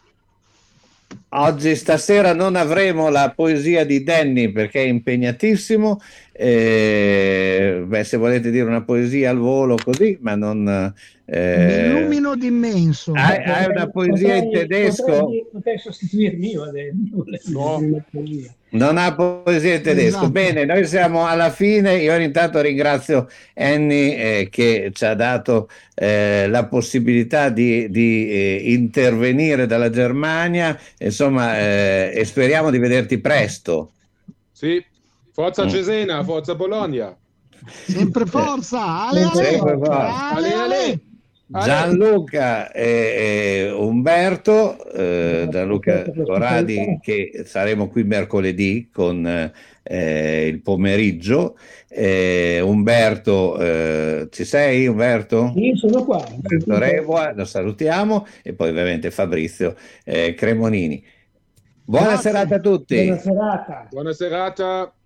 Oggi stasera non avremo la poesia di Danny perché è impegnatissimo, eh, beh, se volete dire una poesia al volo così, ma non, Eh, Mi illumino d'immenso. Hai, hai una poesia in tedesco? Potrei, potrei sostituirmi io adesso. No. Non ha poesia in tedesco. Esatto. Bene, noi siamo alla fine. Io intanto ringrazio Annie eh, che ci ha dato eh, la possibilità di, di eh, intervenire dalla Germania, insomma, eh, e speriamo di vederti presto. Sì, forza Mm. Cesena, forza Bologna. Sempre forza, ale, ale, Sempre forza. ale, ale. Gianluca e, e Umberto, eh, Gianluca Corradi, che saremo qui mercoledì con eh, il pomeriggio. Eh, Umberto, eh, ci sei Umberto? Io sono qua. Umberto Revoa, lo salutiamo, e poi ovviamente Fabrizio eh, Cremonini. Buona Grazie. serata a tutti. Buona serata. Buona serata.